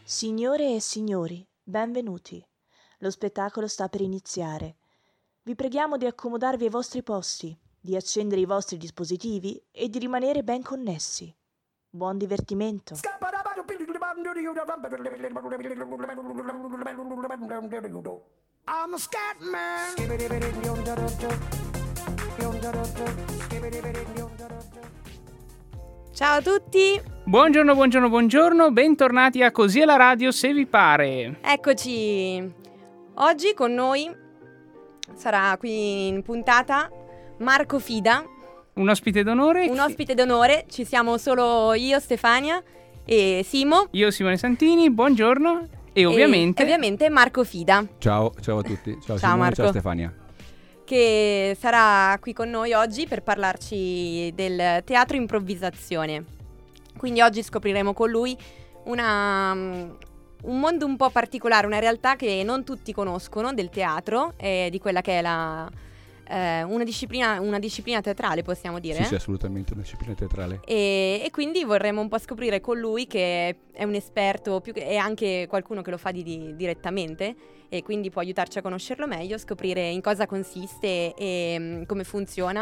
Signore e signori, benvenuti. Lo spettacolo sta per iniziare. Vi preghiamo di accomodarvi ai vostri posti, di accendere i vostri dispositivi e di rimanere ben connessi. Buon divertimento. I'm a scat man. Ciao a tutti, Buongiorno, bentornati a Così è la radio se vi pare. eccoci. Oggi con noi sarà qui in puntata Marco Fida, Un ospite d'onore. un ospite d'onore. Ci siamo solo io, Stefania e Simo. Io Simone Santini, buongiorno. E ovviamente Marco Fida, Ciao a tutti. Ciao Ciao, Simone, Marco. ciao Stefania. che sarà qui con noi oggi per parlarci del teatro improvvisazione. Quindi oggi scopriremo con lui un mondo un po' particolare, una realtà che non tutti conoscono del teatro e di quella che è una disciplina teatrale, possiamo dire. Sì, assolutamente una disciplina teatrale. E quindi vorremmo un po' scoprire con lui, che è un esperto e anche qualcuno che lo fa direttamente, e quindi può aiutarci a conoscerlo meglio, scoprire in cosa consiste e come funziona,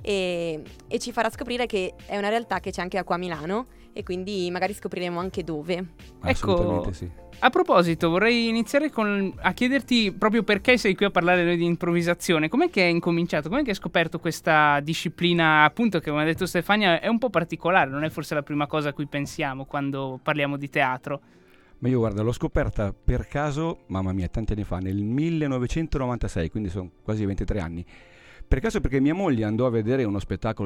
e ci farà scoprire che è una realtà che c'è anche qua a Milano, e quindi magari scopriremo anche dove. Assolutamente sì. A proposito, vorrei iniziare a chiederti proprio perché sei qui a parlare noi di improvvisazione. Com'è che hai incominciato? Com'è che hai scoperto questa disciplina, appunto, che come ha detto Stefania è un po' particolare, non è forse la prima cosa a cui pensiamo quando parliamo di teatro? Ma io guarda, l'ho scoperta per caso, mamma mia, tanti anni fa, nel 1996, quindi sono quasi 23 anni. Per caso, perché mia moglie andò a vedere uno spettacolo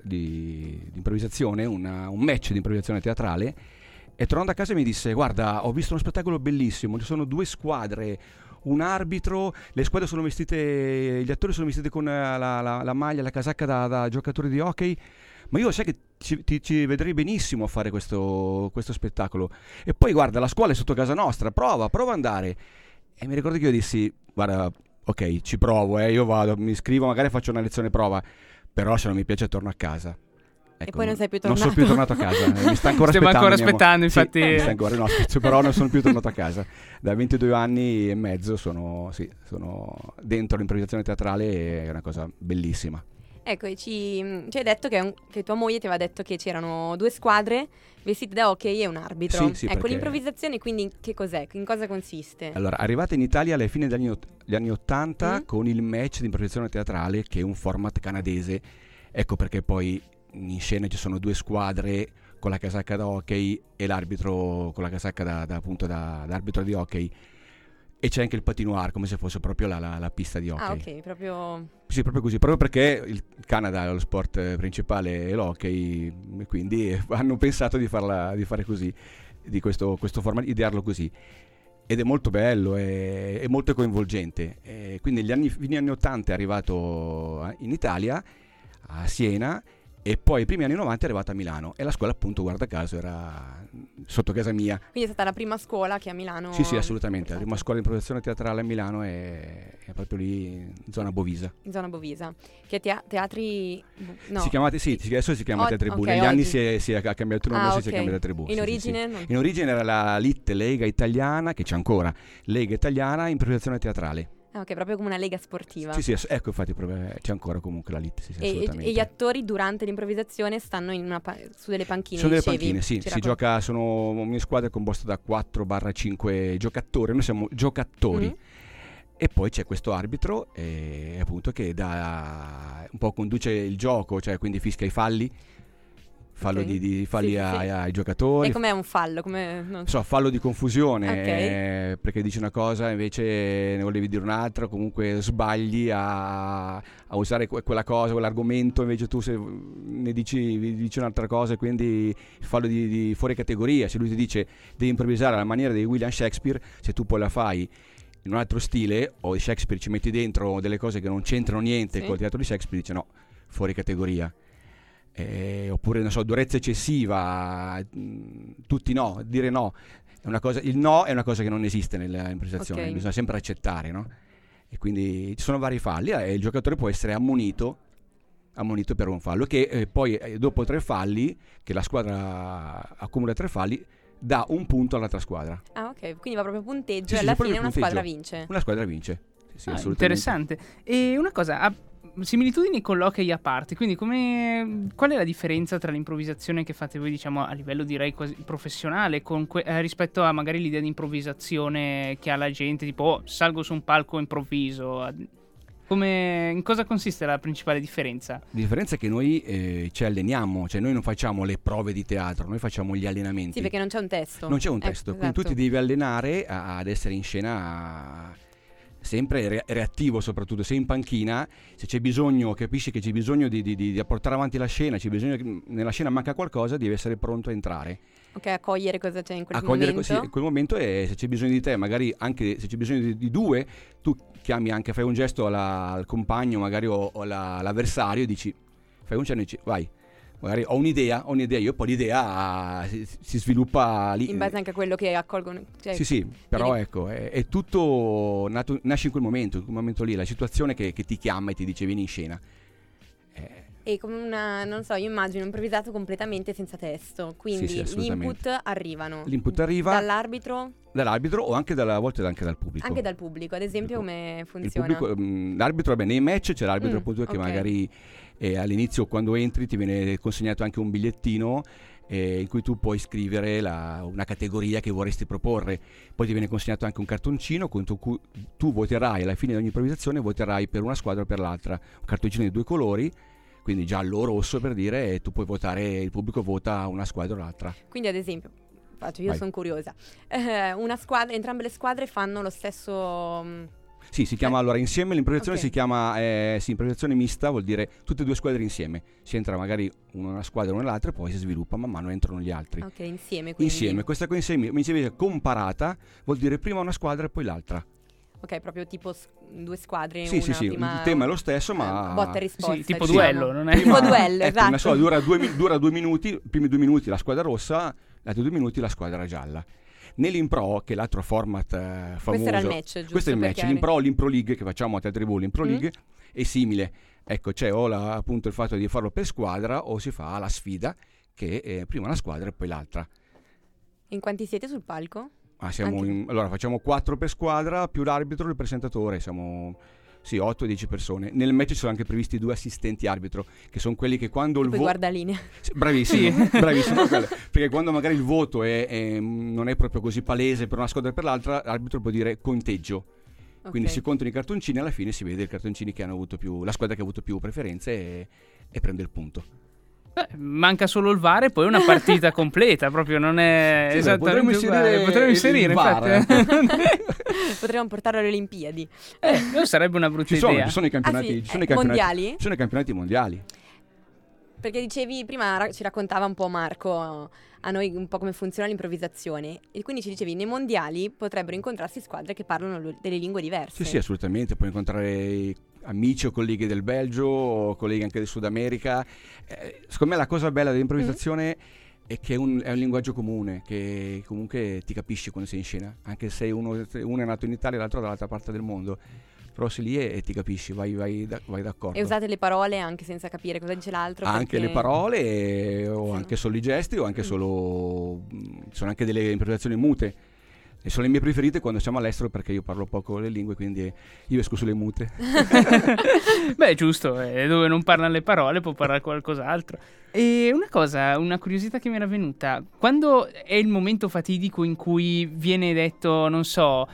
di improvvisazione, un match di improvvisazione teatrale, e tornando a casa mi disse: guarda, ho visto uno spettacolo bellissimo, ci sono due squadre, un arbitro, le squadre sono vestite, gli attori sono vestiti con la maglia, la casacca da giocatori di hockey, ma io sai che ci vedrei benissimo a fare questo spettacolo. E poi guarda, la scuola è sotto casa nostra, prova ad andare. E mi ricordo che io dissi: guarda, ok, ci provo, io vado, mi iscrivo, magari faccio una lezione prova, però se non mi piace torno a casa. Ecco, E poi non sei più Non tornato. sono più tornato a casa, mi sta ancora Stiamo aspettando. ancora aspettando, infatti. Sì, mi sta ancora, no, però non sono più tornato a casa. Da 22 anni e mezzo sono dentro l'improvvisazione teatrale, è una cosa bellissima. Ecco, e ci hai detto che tua moglie ti aveva detto che c'erano due squadre vestite da hockey e un arbitro. Sì, ecco, perché- l'improvvisazione quindi che cos'è? In cosa consiste? Allora, arrivata in Italia alla fine degli anni 80 Mm. con il match di improvvisazione teatrale, che è un format canadese. Ecco perché poi in scena ci sono due squadre con la casacca da hockey e l'arbitro con la casacca da arbitro di hockey, e c'è anche il patinoire, come se fosse proprio la pista di hockey. Ah, ok, proprio. Sì, proprio così, proprio perché il Canada, lo sport principale è l'hockey, e quindi hanno pensato di fare così, di questo format, idearlo così. Ed è molto bello, è molto coinvolgente. Quindi fine anni 80 è arrivato in Italia, a Siena, e poi i primi anni 90 è arrivato a Milano, e la scuola, appunto, guarda caso, era sotto casa mia. Quindi è stata la prima scuola che a Milano. Sì, assolutamente. La Esatto. prima scuola di improvvisazione teatrale a Milano è proprio lì in zona Bovisa. In zona Bovisa. Che teatri. No. Si chiamate, sì, adesso si chiama Teatri Blu. ok, Negli anni oggi. si è cambiato il nome, Ah, si è ok. cambiato Teatri Blu. In sì, sì, origine? sì. Non- In origine era la LIT, Lega Italiana, che c'è ancora, Lega Italiana Improvvisazione Teatrale. Ah, ok, proprio come una lega sportiva. Sì, ecco, infatti c'è ancora comunque la LIT, sì, assolutamente. E gli attori durante l'improvvisazione stanno su delle panchine. Sono delle dicevi? panchine, sì, Ci si gioca, sono mie squadre composte da 4-5 giocatori, noi siamo giocatori. Mhm. E poi c'è questo arbitro, appunto, che un po' conduce il gioco, cioè quindi fischia i falli, fallo Ok. di falli Sì, sì, ai giocatori. E com'è un fallo? Non so. Fallo di confusione, Ok. perché dici una cosa invece ne volevi dire un'altra, comunque sbagli a usare quella cosa, quell'argomento, invece tu ne dici un'altra cosa, e quindi il fallo di fuori categoria. Se lui ti dice devi improvvisare alla maniera di William Shakespeare, se tu poi la fai in un altro stile, o Shakespeare ci metti dentro delle cose che non c'entrano niente Sì. col teatro di Shakespeare, dice no, fuori categoria. Oppure, non so, durezza eccessiva, tutti no, dire no è una cosa, il no è una cosa che non esiste nell'improvvisazione, Ok. bisogna sempre accettare, no? E quindi ci sono vari falli, e il giocatore può essere ammonito per un fallo, che poi dopo 3 falli, che la squadra accumula 3 falli, dà un punto all'altra squadra. Ah, Ok, quindi va proprio a punteggio Sì, e sì, alla proprio fine una punteggio. squadra vince. Una squadra vince. Sì, Ah, assolutamente. interessante. E una cosa, similitudini con l'hockey a parte, quindi qual è la differenza tra l'improvvisazione che fate voi, diciamo, a livello direi quasi professionale rispetto a magari l'idea di improvvisazione che ha la gente, tipo salgo su un palco improvviso? In cosa consiste la principale differenza? La differenza è che noi ci alleniamo, cioè noi non facciamo le prove di teatro, noi facciamo gli allenamenti. Sì, perché non c'è un testo. Non c'è un testo, quindi tu esatto. ti devi allenare ad essere in scena sempre reattivo, soprattutto se in panchina, se c'è bisogno, capisci che c'è bisogno di portare avanti la scena, c'è bisogno che nella scena manca qualcosa, devi essere pronto a entrare. Ok, a cogliere cosa c'è in quel Accogliere momento. così in quel momento, e se c'è bisogno di te, magari anche se c'è bisogno di due, tu chiami anche, fai un gesto al compagno magari o all'avversario e dici, fai un cenno e dici vai, magari ho un'idea io, poi l'idea si sviluppa lì. In base anche a quello che accolgono. Cioè, Sì, però ecco, è tutto nasce in quel momento lì, la situazione che ti chiama e ti dice vieni in scena. E come non so, io immagino improvvisato completamente senza testo. Quindi Sì, gli assolutamente. input arrivano. L'input arriva dall'arbitro, dall'arbitro o anche a volte anche dal pubblico. anche dal pubblico. Ad esempio, come funziona? Il pubblico, l'arbitro, vabbè, nei match c'è l'arbitro appunto che ok. magari all'inizio quando entri ti viene consegnato anche un bigliettino in cui tu puoi scrivere una categoria che vorresti proporre, poi ti viene consegnato anche un cartoncino con cui tu voterai alla fine di ogni improvvisazione, voterai per una squadra o per l'altra, un cartoncino di 2 colori, quindi giallo o rosso per dire, e tu puoi votare, il pubblico vota una squadra o l'altra. Quindi ad esempio, io Vai. sono curiosa, una squadra, entrambe le squadre fanno lo stesso... Sì, si chiama allora insieme, l'improvvisazione ok. si chiama improvvisazione mista, vuol dire tutte e 2 squadre insieme. Si entra magari una squadra e una nell'altra e poi si sviluppa, man mano entrano gli altri. Ok, insieme quindi. Insieme, questa qua insieme comparata vuol dire prima una squadra e poi l'altra. Ok, proprio tipo 2 squadre, Sì, una sì, sì, prima... il tema è lo stesso, ma botta e risposta. Sì, tipo diciamo. duello, non è? Tipo duello, ecco, esatto. non so, dura 2 minuti, i primi 2 minuti la squadra rossa, gli altri 2 minuti la squadra gialla. Nell'impro, che è l'altro format famoso. Questo era il match, giusto? Questo è il per match. chiari. L'impro league che facciamo a Teatri Bull, l'impro league è simile. Ecco, c'è appunto il fatto di farlo per squadra o si fa la sfida che è prima una squadra e poi l'altra. In quanti siete sul palco? Allora facciamo 4 per squadra più l'arbitro e il presentatore, siamo 8-10 persone. Nel match sono anche previsti 2 assistenti arbitro, che sono quelli che quando il Poi voto... guardalinea. Bravissimo, bravissimo. Perché quando magari il voto non è proprio così palese per una squadra e per l'altra, l'arbitro può dire conteggio. Quindi Ok. si contano i cartoncini e alla fine si vede i cartoncini che hanno avuto la squadra che ha avuto più preferenze e prende il punto. Manca solo il VAR e poi una partita completa, proprio non è Sì, esattamente uguale. Potremmo il inserire, VAR. infatti. Potremmo portarlo alle Olimpiadi. Non sarebbe una brutta Ci sono idea. i campionati, Ah, sì? ci sono i campionati Mondiali? Ci sono i campionati mondiali. Perché dicevi prima, ci raccontava un po' Marco a noi un po' come funziona l'improvvisazione, e quindi ci dicevi nei mondiali potrebbero incontrarsi squadre che parlano delle lingue diverse. Sì, assolutamente. Puoi incontrare amici o colleghi del Belgio o colleghi anche del Sud America. Secondo me la cosa bella dell'improvvisazione è che è un linguaggio comune, che comunque ti capisci quando sei in scena, anche se uno è nato in Italia e l'altro dall'altra parte del mondo. Però sei lì e ti capisci, vai d'accordo. E usate le parole anche senza capire cosa dice l'altro. Anche perché- le parole o Sì. anche solo i gesti o anche solo... sono anche delle improvvisazioni mute. E sono le mie preferite quando siamo all'estero, perché io parlo poco le lingue, quindi io esco sulle mute. Beh, giusto, dove non parlano le parole può parlare qualcos'altro. E una curiosità che mi era venuta, quando è il momento fatidico in cui viene detto, non so,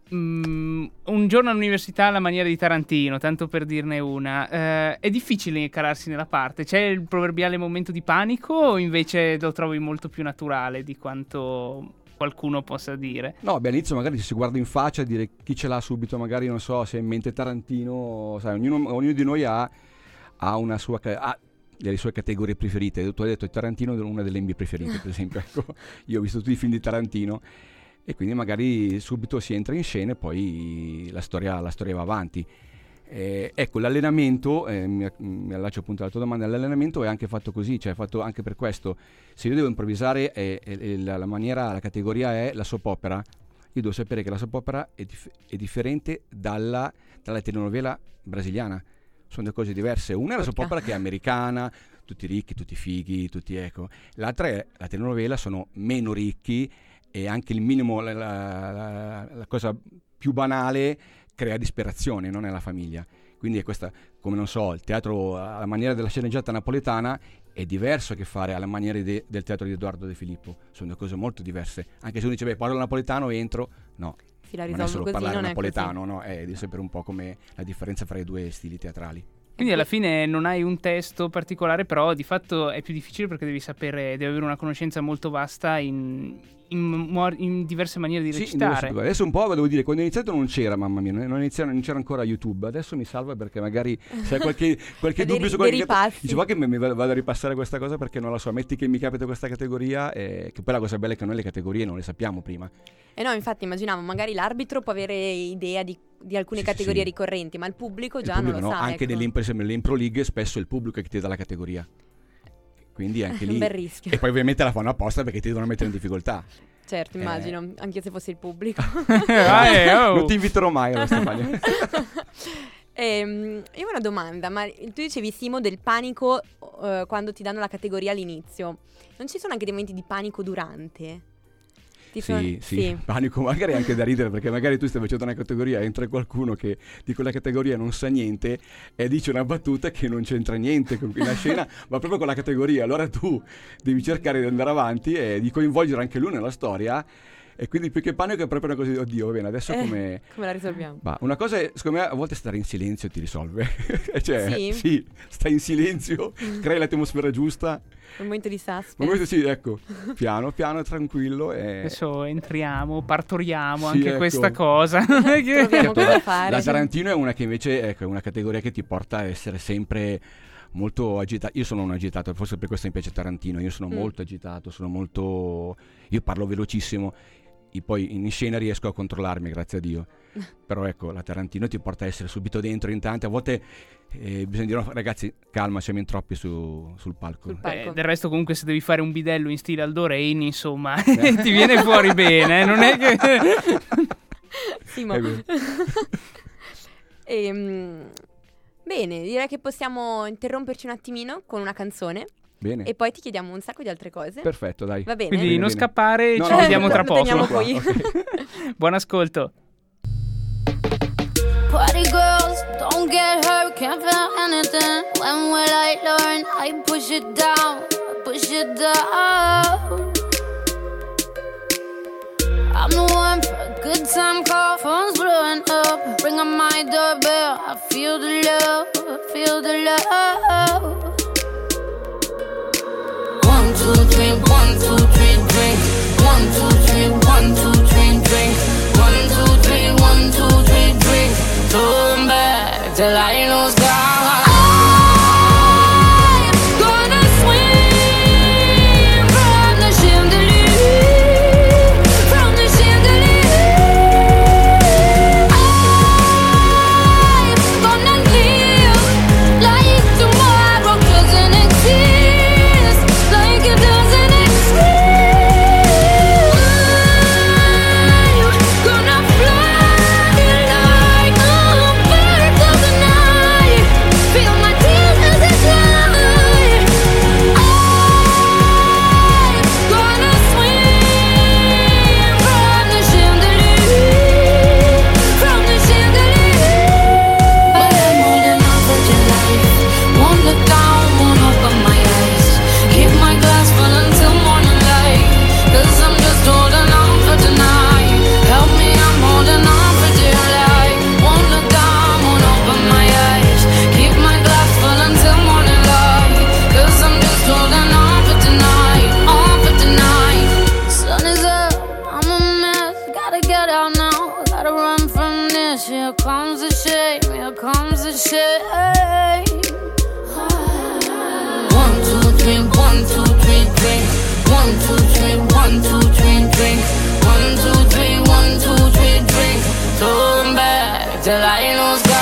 un giorno all'università alla maniera di Tarantino, tanto per dirne una, è difficile calarsi nella parte? C'è il proverbiale momento di panico o invece lo trovi molto più naturale di quanto qualcuno possa dire? No, beh, all'inizio magari si guarda in faccia e dire chi ce l'ha subito, magari non so se ha in mente Tarantino, sai, ognuno di noi ha una sua ha delle sue categorie preferite. Tu hai detto Tarantino è una delle mie preferite, per esempio. Ecco, io ho visto tutti i film di Tarantino e quindi magari subito si entra in scena e poi la storia va avanti. Ecco, l'allenamento, mi allaccio appunto alla tua domanda, l'allenamento è anche fatto così, cioè è fatto anche per questo. Se io devo improvvisare la categoria è la soap opera, io devo sapere che la soap opera è differente dalla telenovela brasiliana. Sono due cose diverse. Una è la soap opera che è americana, tutti ricchi, tutti fighi, tutti ecco. L'altra è la telenovela, sono meno ricchi, e anche il minimo, la cosa più banale crea disperazione, no? Nella famiglia. Quindi è questa, come non so, il teatro alla maniera della sceneggiata napoletana è diverso che fare alla maniera del teatro di Edoardo De Filippo. Sono due cose molto diverse. Anche se uno dice, parlo napoletano, entro, no. Sì, la Non è risolvo solo così, parlare non è napoletano, così. no? È di sapere un po' come la differenza fra i due stili teatrali. Quindi alla fine non hai un testo particolare, però di fatto è più difficile perché devi avere una conoscenza molto vasta in diverse maniere di recitare. Adesso un po' devo dire, quando ho iniziato non c'era, mamma mia, non c'era ancora YouTube. Adesso mi salva perché magari se hai qualche dubbio su qualche dice, va che mi vado a ripassare questa cosa perché non la so, metti che mi capita questa categoria, che poi la cosa bella è che noi le categorie non le sappiamo prima. No, infatti immaginavo, magari l'arbitro può avere idea di alcune categorie ricorrenti, ma il pubblico già non lo sa. Anche ecco. nelle impro league spesso è il pubblico che ti dà la categoria. Quindi anche lì un bel rischio. E poi ovviamente la fanno apposta perché ti devono mettere in difficoltà. Certo, immagino, anche se fosse il pubblico. Non ti inviterò mai alla Stefania. Io ho una domanda, ma tu dicevi, Simo, del panico quando ti danno la categoria all'inizio. Non ci sono anche dei momenti di panico durante? Sì, panico magari anche da ridere, perché magari tu stai facendo una categoria e entra qualcuno che di quella categoria non sa niente e dice una battuta che non c'entra niente con la scena, ma proprio con la categoria. Allora tu devi cercare di andare avanti e di coinvolgere anche lui nella storia. E quindi più che panico è proprio una cosa di oddio, va bene, adesso come la risolviamo? Una cosa è, secondo me, a volte stare in silenzio ti risolve. Cioè, sì, stai in silenzio, crei l'atmosfera giusta. Un momento di suspense. Un momento, sì, ecco, piano, tranquillo. Adesso entriamo, partoriamo sì, anche questa cosa. Troviamo cosa fare. La Tarantino è una che invece è una categoria che ti porta a essere sempre molto agitato. Io sono un agitato, forse per questo mi piace Tarantino. Io sono molto agitato, io parlo velocissimo. E poi in scena riesco a controllarmi, grazie a Dio. Però ecco, la Tarantino ti porta a essere subito dentro in tanti. A volte bisogna dire, no, ragazzi, calma, siamo in troppi sul palco. Del resto comunque se devi fare un bidello in stile Aldo Rain, insomma, ti viene fuori bene, non è che... Simo. Bene, direi che possiamo interromperci un attimino con una canzone. Bene. E poi ti chiediamo un sacco di altre cose. Perfetto, dai. Va bene. Quindi non bene. scappare, ci vediamo tra poco. Teniamo qui. Okay. Buon ascolto. Party girls, don't get hurt, can't feel anything. When will I learn? I push it down, push it down. I'm the one for a good time call, phone's blowing up. Bring on my doorbell, I feel the love, feel the love. 1, 2, 3, 1, 2, 3, drink. 1, 2, 3, 1, 2, 3, drink. 1, 2, 3, 1, 2, 3, drink. Turn back till I lose God. Till I lose God.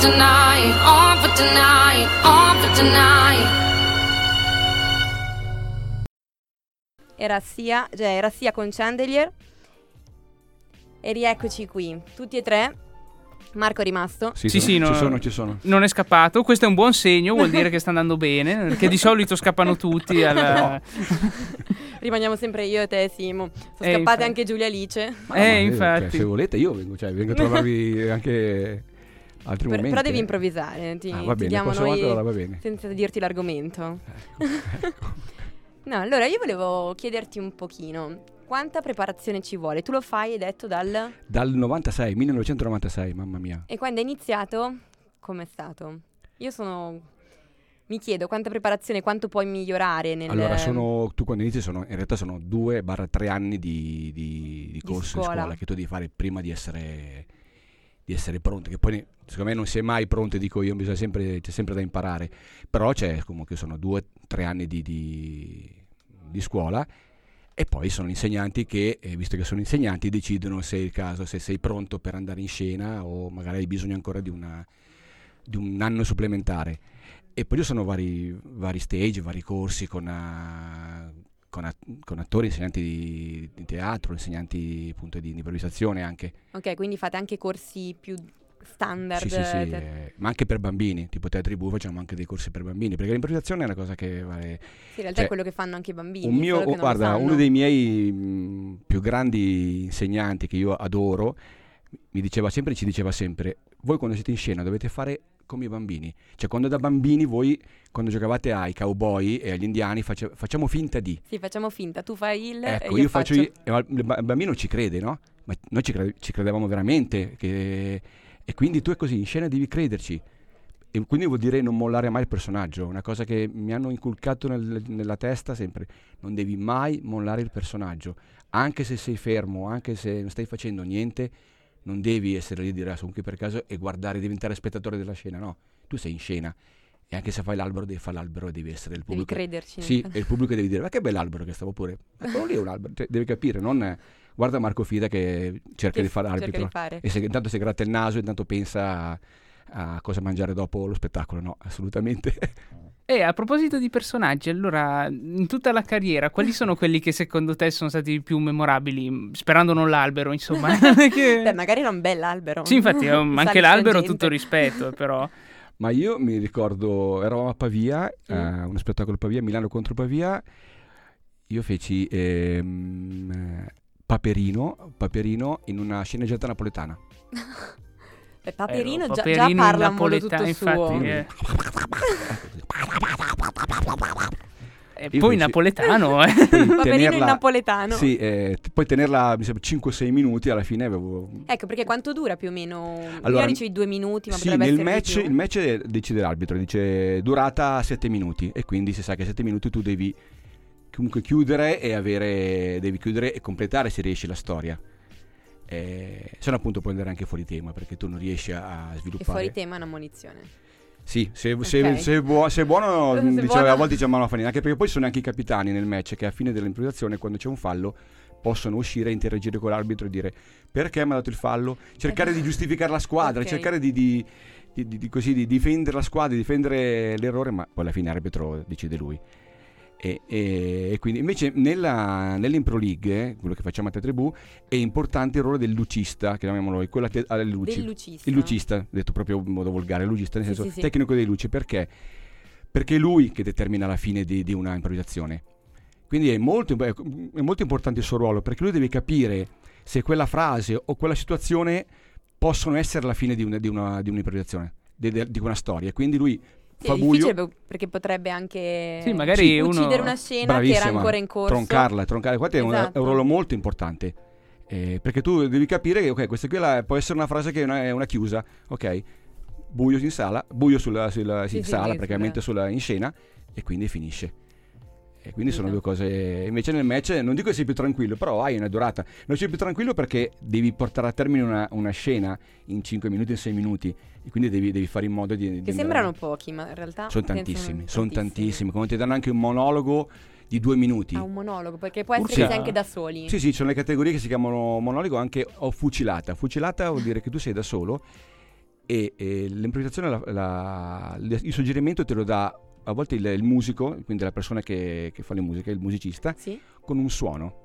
tonight, on for tonight, on for tonight. Era Sia con Chandelier. E rieccoci qui, tutti e tre. Marco è rimasto? Sì, Sì, ci sono. Non è scappato. Questo è un buon segno, vuol dire che sta andando bene. Perché di solito scappano tutti. Rimaniamo sempre io e te, Simo. Sono scappate infatti. anche Giulia e Alice. Infatti. Cioè, se volete io vengo a trovarvi anche altri momenti. Però devi improvvisare. Va ti bene, diamo la prossima noi volta allora va bene. senza dirti l'argomento. Ecco. No, allora io volevo chiederti un pochino. Quanta preparazione ci vuole? Tu lo fai, hai detto, dal 1996, mamma mia. E quando hai iniziato, com'è stato? Mi chiedo quanta preparazione, quanto puoi migliorare nel... Allora, tu quando inizi in realtà sono 2-3 anni di corso di scuola che tu devi fare prima di essere pronto, che poi secondo me non si è mai pronto, dico io, c'è sempre da imparare, però c'è comunque sono 2-3 anni di scuola. E poi sono insegnanti che, visto che sono insegnanti, decidono se è il caso, se sei pronto per andare in scena o magari hai bisogno ancora di un anno supplementare. E poi ci sono vari stage, vari corsi con attori, insegnanti di teatro, insegnanti appunto di improvvisazione anche. Ok, quindi fate anche corsi più standard. Sì, ma anche per bambini, tipo Teatri Bu facciamo anche dei corsi per bambini, perché l'improvvisazione è una cosa che vale. Sì, in realtà è quello che fanno anche i bambini. Uno dei miei più grandi insegnanti che io adoro ci diceva sempre: voi quando siete in scena dovete fare come i bambini, cioè quando da bambini voi, quando giocavate ai cowboy e agli indiani, facciamo finta di. Sì, facciamo finta, tu fai il... Ecco, e io faccio il bambino ci crede, no? Ma noi ci credevamo veramente, e quindi tu è così, in scena devi crederci. E quindi vuol dire non mollare mai il personaggio, una cosa che mi hanno inculcato nella testa sempre: non devi mai mollare il personaggio, anche se sei fermo, anche se non stai facendo niente, non devi essere lì a dire sono qui per caso e guardare, diventare spettatore della scena, no, tu sei in scena e anche se fai l'albero devi fare l'albero e devi essere il pubblico. Devi crederci. Sì, e il pubblico deve dire ma che bell'albero che stavo pure, ma quello lì è un albero, cioè, devi capire, non guarda Marco Fida che cerca di fare arbitro e intanto si gratta il naso e intanto pensa a cosa mangiare dopo lo spettacolo, no, assolutamente. E a proposito di personaggi, allora, in tutta la carriera, quali sono quelli che secondo te sono stati più memorabili? Sperando non l'albero, insomma. Beh, magari era un bell'albero. Sì, infatti, anche l'albero tutto rispetto, però. Ma io mi ricordo, eravamo a Pavia, uno spettacolo a Pavia, Milano contro Pavia, io feci Paperino in una sceneggiata napoletana. Paperino già parla un modo tutto infatti, suo. E poi napoletano, Paperino in napoletano. Sì, poi tenerla mi sembra 5-6 minuti, alla fine avevo... Ecco, perché quanto dura più o meno? Allora, io dicevi 2 minuti, ma sì, potrebbe essere il match decide l'arbitro, dice durata 7 minuti e quindi si sa che 7 minuti tu devi comunque chiudere devi chiudere e completare se riesci la storia. Se no appunto puoi andare anche fuori tema perché tu non riesci a sviluppare. E fuori tema è una munizione. Sì, se è buono, diciamo, a volte c'è mano a fanina, anche perché poi sono anche i capitani nel match che a fine dell'improvvisazione, quando c'è un fallo, possono uscire e interagire con l'arbitro e dire perché mi ha dato il fallo, cercare di giustificare la squadra, cercare di difendere la squadra, di difendere l'errore, ma poi alla fine l'arbitro decide lui. E quindi invece nell'Impro League, quello che facciamo a Teatri Bu, è importante il ruolo del lucista, chiamiamolo quello alle luci. Il lucista, detto proprio in modo volgare, il lucista nel senso tecnico dei luci, perché è lui che determina la fine di una improvvisazione. Quindi è molto importante il suo ruolo, perché lui deve capire se quella frase o quella situazione possono essere la fine di un'improvvisazione, di una storia. Quindi lui è difficile perché potrebbe anche magari uccidere una scena che era ancora in corso, troncarla. Guarda, è un ruolo molto importante, perché tu devi capire che ok, questa qui può essere una frase che è una chiusa, ok, buio in sala, buio in sala, praticamente in scena, e quindi finisce. E quindi sono due cose. Invece nel match non dico che sei più tranquillo, però hai una durata. Non sei più tranquillo perché devi portare a termine una scena in 5 minuti, in 6 minuti, e quindi devi fare in modo di sembrano pochi, ma in realtà sono tantissimi. Come ti danno anche un monologo di 2 minuti. Un monologo, perché può essere anche da soli. Sì, ci sono le categorie che si chiamano monologo anche o fucilata. Fucilata vuol dire che tu sei da solo e l'improvvisazione, il suggerimento te lo dà a volte il musico, quindi la persona che fa le musiche, il musicista, Sì. con un suono.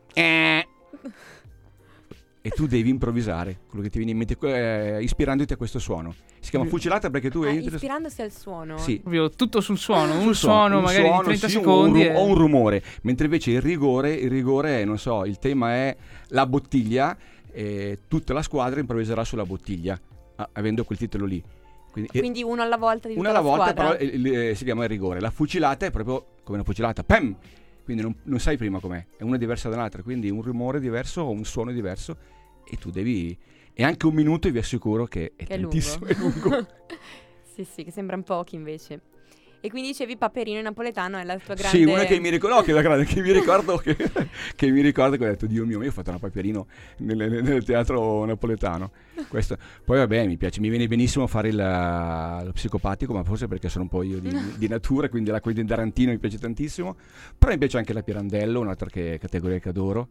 E tu devi improvvisare quello che ti viene in mente, ispirandoti a questo suono. Si chiama fucilata perché tu entri... Ispirandosi al suono. Sì. Proprio tutto sul suono, Sul un suono magari suono, di 30 sì, secondi. o un rumore. Mentre invece il rigore è, non so, il tema è la bottiglia, e tutta la squadra improvviserà sulla bottiglia, avendo quel titolo lì. Quindi uno alla volta di tutta una alla la volta, squadra. però si chiama il rigore. La fucilata è proprio come una fucilata, pam! Quindi non sai prima com'è, è una diversa dall'altra, quindi un rumore diverso o un suono diverso, e tu devi... E anche un minuto, e vi assicuro che è tantissimo, è lungo. Sì, che sembrano pochi invece. E quindi dicevi Paperino in napoletano è la tua grande... Sì, una che mi ricordo, no, che mi ricordo che mi ricordo che ho detto, Dio mio, io ho fatto una Paperino nel teatro napoletano. Questo. Poi vabbè, mi piace, mi viene benissimo fare lo psicopatico, ma forse perché sono un po' io di natura, quindi la Quentin Tarantino mi piace tantissimo. Però mi piace anche la Pirandello, un'altra categoria che adoro.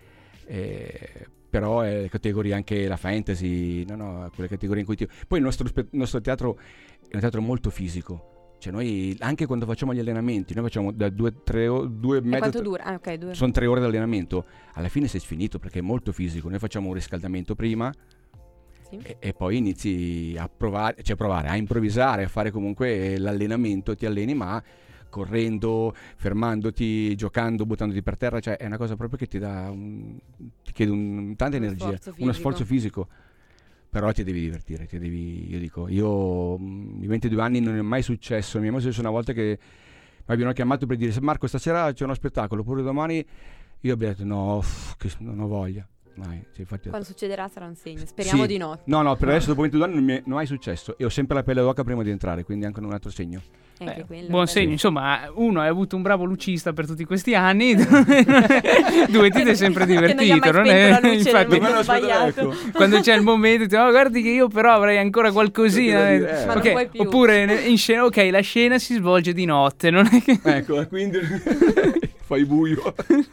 Però è categoria anche la fantasy, quelle categorie in cui poi il nostro teatro è un teatro molto fisico. Cioè noi anche quando facciamo gli allenamenti, noi facciamo da 2-3 ore, 2 e mezzo. Quanto dura? Ok, 2 ore. Sono 3 ore di allenamento. Alla fine sei sfinito perché è molto fisico. Noi facciamo un riscaldamento prima, Sì. e poi inizi a provare, a improvvisare, a fare comunque l'allenamento, ti alleni, ma correndo, fermandoti, giocando, buttandoti per terra, cioè è una cosa proprio che ti dà ti chiede tanta energia, uno sforzo fisico. Però ti devi divertire, io in 22 anni non è mai successo, mi è mai successo una volta che mi abbiano chiamato per dire Marco stasera c'è uno spettacolo, oppure domani, io abbia detto no, che non ho voglia. Infatti, quando succederà sarà un segno, speriamo sì. di no. No, per adesso dopo 22 anni non è mai successo e ho sempre la pelle d'oca prima di entrare, quindi anche un altro segno. Buon segno, insomma, uno hai avuto un bravo lucista per tutti questi anni, due ti sei sempre divertito, non è? Infatti, quando c'è il momento, guardi che io però avrei ancora qualcosina, ma non puoi più. Oppure in scena, ok, la scena si svolge di notte, non è che... Ecco, quindi fai buio.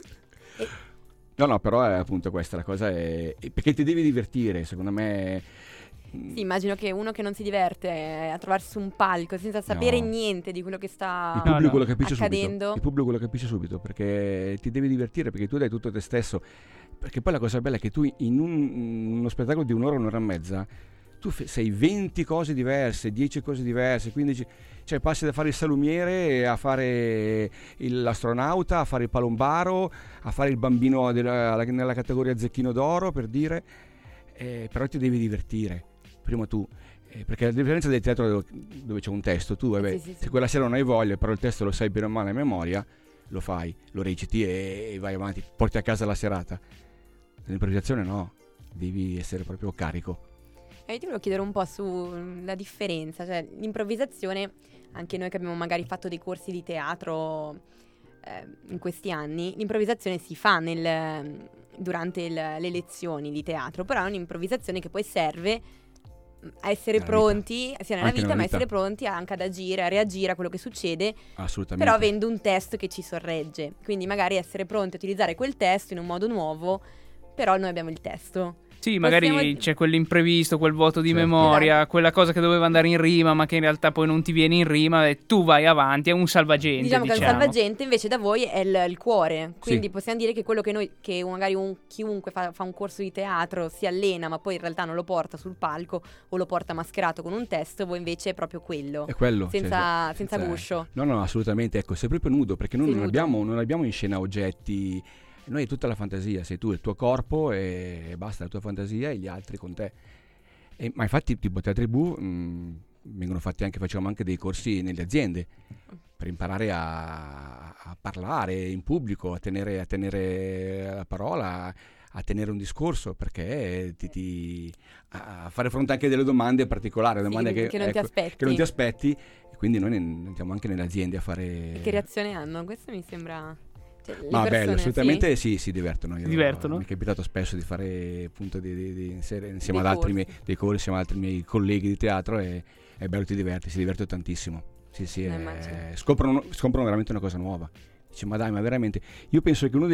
No, però è appunto questa la cosa, perché ti devi divertire, secondo me. Sì, immagino che uno che non si diverte a trovarsi su un palco senza sapere niente di quello che sta il pubblico lo capisce accadendo. Subito. Il pubblico lo capisce subito perché ti devi divertire, perché tu dai tutto te stesso. Perché poi la cosa bella è che tu in uno spettacolo di un'ora e mezza tu sei 20 cose diverse, 10 cose diverse, 15, cioè passi da fare il salumiere a fare l'astronauta, a fare il palombaro, a fare il bambino nella categoria zecchino d'oro, per dire, però ti devi divertire prima tu, perché la differenza del teatro dove c'è un testo, tu sì. se quella sera non hai voglia, però il testo lo sai bene o male a memoria, lo fai, lo reciti e vai avanti, porti a casa la serata. Nell'improvvisazione no, devi essere proprio carico. E io ti volevo chiedere un po' sulla differenza, cioè l'improvvisazione, anche noi che abbiamo magari fatto dei corsi di teatro in questi anni, l'improvvisazione si fa durante le lezioni di teatro, però è un'improvvisazione che poi serve a essere pronti, sia nella vita, ma essere pronti anche ad agire, a reagire a quello che succede, assolutamente, però avendo un testo che ci sorregge, quindi magari essere pronti a utilizzare quel testo in un modo nuovo, però noi abbiamo il testo. Sì, magari c'è quell'imprevisto, quel vuoto di memoria, quella cosa che doveva andare in rima ma che in realtà poi non ti viene in rima e tu vai avanti, è un salvagente, diciamo. Che il salvagente invece da voi è il cuore, quindi possiamo dire che quello che magari chiunque fa un corso di teatro si allena ma poi in realtà non lo porta sul palco o lo porta mascherato con un testo, voi invece è proprio quello. È quello. Senza guscio. No, assolutamente, ecco, sei proprio nudo, perché noi non abbiamo in scena oggetti. Noi è tutta la fantasia, sei tu, il tuo corpo e basta, la tua fantasia e gli altri con te. Ma infatti tipo Teatri Blu facciamo anche dei corsi nelle aziende per imparare a parlare in pubblico, a tenere la parola, a tenere un discorso, perché a fare fronte anche a delle domande particolari, domande che non ti aspetti, e quindi noi andiamo anche nelle aziende a fare. E che reazione hanno? Questo mi sembra. Ma bello, assolutamente sì, si divertono. Si divertono? Mi è capitato spesso di fare appunto insieme ad altri dei corsi, insieme ad altri miei colleghi di teatro, e è bello, si diverte tantissimo. Sì, scoprono veramente una cosa nuova. Dice, ma dai, ma veramente? Io penso che uno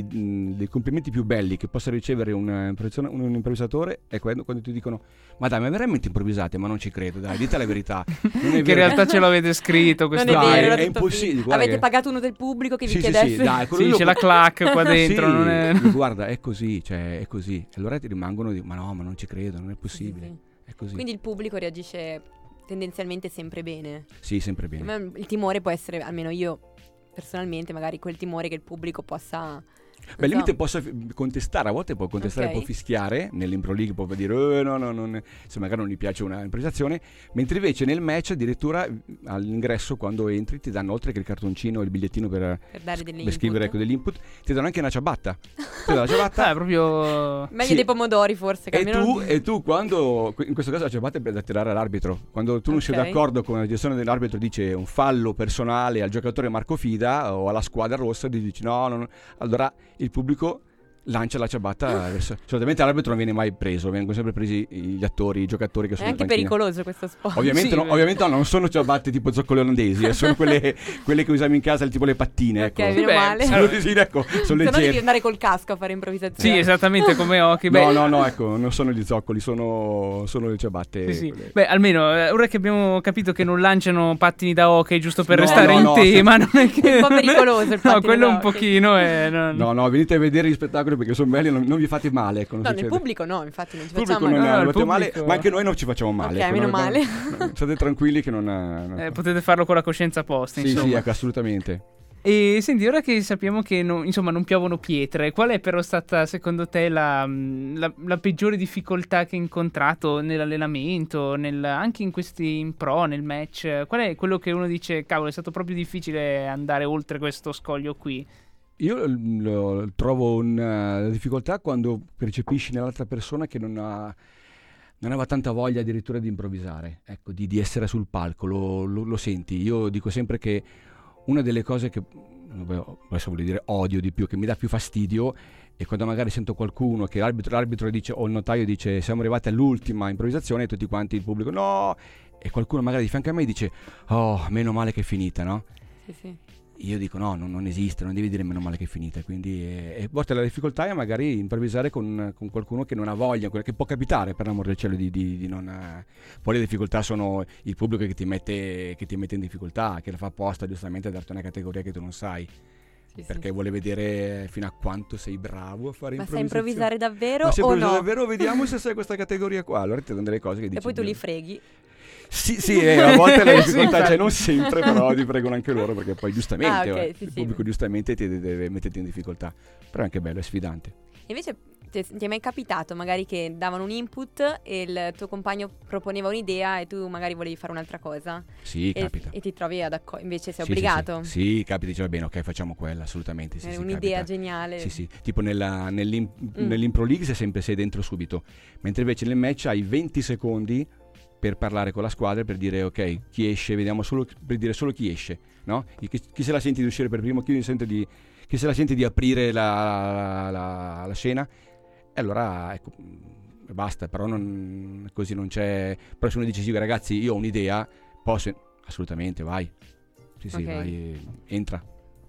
dei complimenti più belli che possa ricevere un improvvisatore è quando ti dicono, ma dai, ma veramente improvvisate? Ma non ci credo, dai, dite la verità. Non è Che in realtà ce l'avete scritto questo. Non è vero, è tutto impossibile. finto. Guarda Avete che- pagato uno del pubblico che vi Sì, chiedesse. sì, dai, quello Sì, io- c'è la clac qua dentro, Sì, non è... guarda, è così, cioè è così. E allora ti rimangono di, ma no, ma non ci credo, non è possibile. Sì, È così. Quindi il pubblico reagisce tendenzialmente sempre bene. Sì, sempre bene. Ma il timore può essere, almeno io personalmente, magari quel timore che il pubblico possa... Beh, al non so. limite posso contestare, a volte può contestare, Ok. può fischiare, nell'impro league può dire no, se magari non gli piace una improvvisazione, mentre invece nel match addirittura all'ingresso quando entri ti danno, oltre che il cartoncino e il bigliettino per dare delle per scrivere input. degli input, ti danno anche una ciabatta. Ti danno la ciabatta. Ah, proprio... Meglio Sì. dei pomodori forse, che almeno... E tu quando, in questo caso la ciabatta è per attirare l'arbitro, quando tu non sei Ok. d'accordo con la decisione dell'arbitro, dice un fallo personale al giocatore Marco Fida o alla squadra rossa, ti dici no, allora il pubblico lancia la ciabatta verso... Solitamente l'arbitro non viene mai preso, vengono sempre presi gli attori, i giocatori che È sono in anche panchina. pericoloso questo sport. Ovviamente, Sì, no, beh. ovviamente no, non sono ciabatte tipo zoccoli olandesi, sono quelle che usiamo in casa, tipo le pattine, ecco. Ok, meno Beh, male. Sono, sì, ecco, sono Se no devi leggere. andare col casco a fare improvvisazione. Sì, esattamente come hockey. Beh, No, ecco, non sono gli zoccoli, sono le ciabatte. sì, sì. quelle- Beh, almeno ora che abbiamo capito che non lanciano pattini da hockey, giusto per No, restare no, in no, tema, non è che... È un po' pericoloso il No, pattino quello da un hockey. pochino No, venite a vedere gli spettacoli perché sono belli, non vi fate male. Ecco, non No, nel succede. pubblico no, infatti non ci Il pubblico facciamo non male. No, non il fate male, pubblico- ma anche noi non ci facciamo male. Ok, ecco, meno non- male. State tranquilli che non... potete farlo con la coscienza a posto, sì, insomma. sì, ecco, assolutamente. E senti, ora che sappiamo che non piovono pietre, qual è però stata secondo te la peggiore difficoltà che hai incontrato nell'allenamento, anche in questi in pro, nel match? Qual è quello che uno dice, cavolo, è stato proprio difficile andare oltre questo scoglio qui? Io trovo una difficoltà quando percepisci nell'altra persona che non aveva tanta voglia addirittura di improvvisare, ecco, di essere sul palco, lo senti. Io dico sempre che una delle cose che adesso voglio dire odio di più, che mi dà più fastidio, è quando magari sento qualcuno che l'arbitro dice, o il notaio dice siamo arrivati all'ultima improvvisazione e tutti quanti il pubblico no, e qualcuno magari di fianco a me dice oh, meno male che è finita, no? Sì, sì. Io dico no, non esiste, non devi dire meno male che è finita, quindi a volte la difficoltà è magari improvvisare con qualcuno che non ha voglia, quella che può capitare, per l'amor del cielo, di non... Poi le difficoltà sono il pubblico che ti mette in difficoltà, che la fa apposta giustamente a darti una categoria che tu non sai, Sì, perché sì. vuole vedere fino a quanto sei bravo a fare Ma sai improvvisazione. improvvisare davvero Ma se o improvvisi no? davvero, vediamo se sei questa categoria qua, allora ti danno delle cose che dici... E poi tu li "Dio". freghi. Sì, a volte la difficoltà Sì, c'è, non sempre, però ti pregano anche loro, perché poi giustamente Ah, ok, il sì, sì. pubblico giustamente ti deve metterti in difficoltà, però è anche bello, è sfidante. Invece ti è mai capitato magari che davano un input e il tuo compagno proponeva un'idea e tu magari volevi fare un'altra cosa? Sì, E, capita. e ti trovi invece sei Sì, obbligato? Sì, capita, dice va bene, ok, facciamo quella, assolutamente. Sì, È sì, un'idea capita. geniale. Sì, tipo nell'impro league sei dentro subito, mentre invece nel match hai 20 secondi per parlare con la squadra, per dire ok, chi esce, vediamo solo, per dire solo chi esce, no? Chi se la sente di uscire per primo, chi se la sente di aprire la scena, e allora ecco, basta, però così non c'è, però se uno dice sì ragazzi io ho un'idea, posso, assolutamente, vai, sì, Ok. vai, entra.